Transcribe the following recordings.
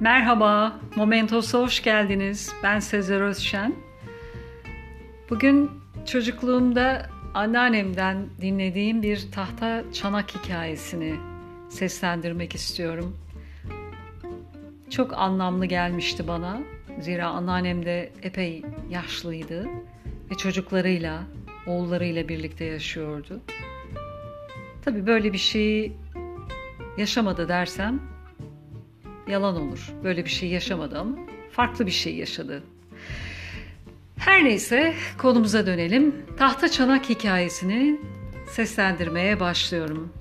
Merhaba, Momentos'a hoş geldiniz. Ben Sezer Özşen. Bugün çocukluğumda anneannemden dinlediğim bir tahta çanak hikayesini seslendirmek istiyorum. Çok anlamlı gelmişti bana. Zira anneannem de epey yaşlıydı ve çocuklarıyla, oğullarıyla birlikte yaşıyordu. Tabii böyle bir şeyi yaşamadı dersem yalan olur. Böyle bir şey yaşamadı ama farklı bir şey yaşadı. Her neyse konumuza dönelim. Tahta çanak hikayesini seslendirmeye başlıyorum.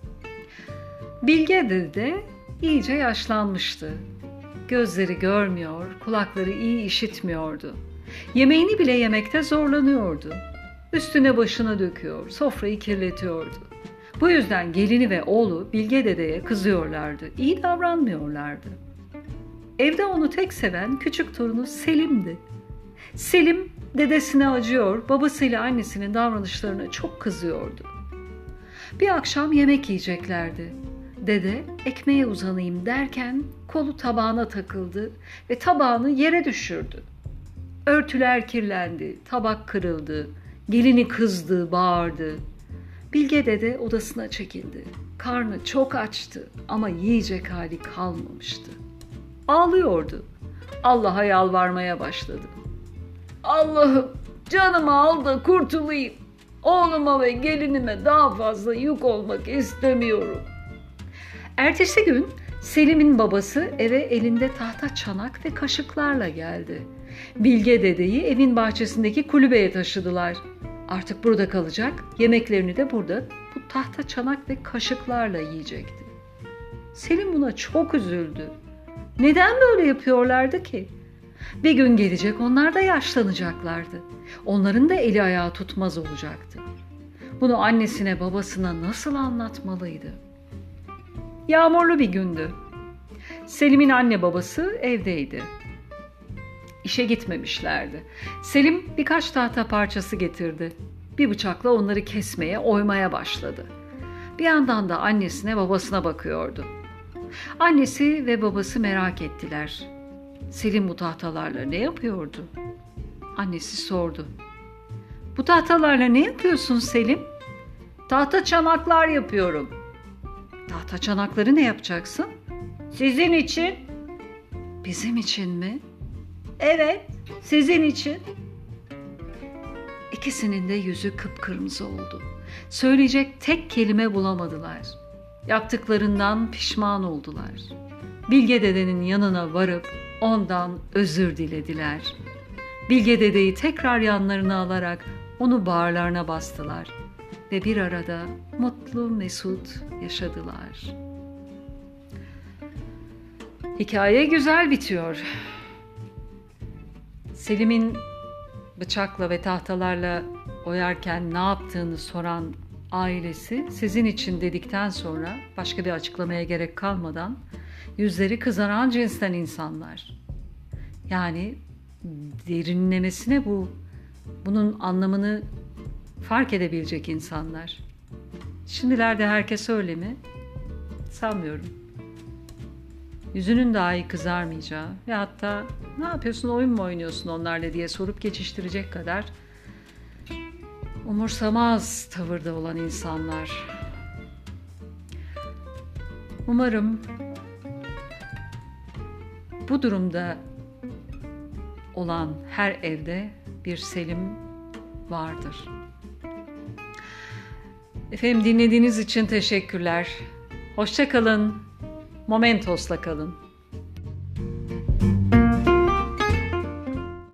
Bilge dede iyice yaşlanmıştı. Gözleri görmüyor, kulakları iyi işitmiyordu. Yemeğini bile yemekte zorlanıyordu. Üstüne başına döküyor, sofrayı kirletiyordu. Bu yüzden gelini ve oğlu Bilge dedeye kızıyorlardı, iyi davranmıyorlardı. Evde onu tek seven küçük torunu Selim'di. Selim dedesine acıyor, babasıyla annesinin davranışlarına çok kızıyordu. Bir akşam yemek yiyeceklerdi. Dede ekmeğe uzanayım derken kolu tabağına takıldı ve tabağını yere düşürdü. Örtüler kirlendi, tabak kırıldı, gelini kızdı, bağırdı. Bilge dede odasına çekildi. Karnı çok açtı ama yiyecek hali kalmamıştı. Ağlıyordu. Allah'a yalvarmaya başladı. Allah'ım canımı al da kurtulayım. Oğluma ve gelinime daha fazla yük olmak istemiyorum. Ertesi gün Selim'in babası eve elinde tahta çanak ve kaşıklarla geldi. Bilge dedeyi evin bahçesindeki kulübeye taşıdılar. Artık burada kalacak, yemeklerini de burada bu tahta çanak ve kaşıklarla yiyecekti. Selim buna çok üzüldü. Neden böyle yapıyorlardı ki? Bir gün gelecek onlar da yaşlanacaklardı. Onların da eli ayağı tutmaz olacaktı. Bunu annesine babasına nasıl anlatmalıydı? Yağmurlu bir gündü. Selim'in anne babası evdeydi. İşe gitmemişlerdi. Selim birkaç tahta parçası getirdi. Bir bıçakla onları kesmeye, oymaya başladı. Bir yandan da annesine, babasına bakıyordu. Annesi ve babası merak ettiler. Selim bu tahtalarla ne yapıyordu? Annesi sordu. Bu tahtalarla ne yapıyorsun Selim? Tahta çanaklar yapıyorum. Tahta çanakları ne yapacaksın? Sizin için. Bizim için mi? Evet, sizin için. İkisinin de yüzü kıpkırmızı oldu. Söyleyecek tek kelime bulamadılar. Yaptıklarından pişman oldular. Bilge dedenin yanına varıp ondan özür dilediler. Bilge dedeyi tekrar yanlarına alarak onu bağırlarına bastılar ve bir arada mutlu mesut yaşadılar. Hikaye güzel bitiyor. Selim'in bıçakla ve tahtalarla oyarken ne yaptığını soran ailesi sizin için dedikten sonra başka bir açıklamaya gerek kalmadan yüzleri kızaran cinsten insanlar. Yani derinlemesine bunun anlamını fark edebilecek insanlar. Şimdilerde herkes öyle mi? Sanmıyorum. Yüzünün dahi kızarmayacağı ve hatta ne yapıyorsun, oyun mu oynuyorsun onlarla diye sorup geçiştirecek kadar umursamaz tavırda olan insanlar. Umarım bu durumda olan her evde bir Selim vardır. Efendim dinlediğiniz için teşekkürler. Hoşça kalın. Momentos'la kalın.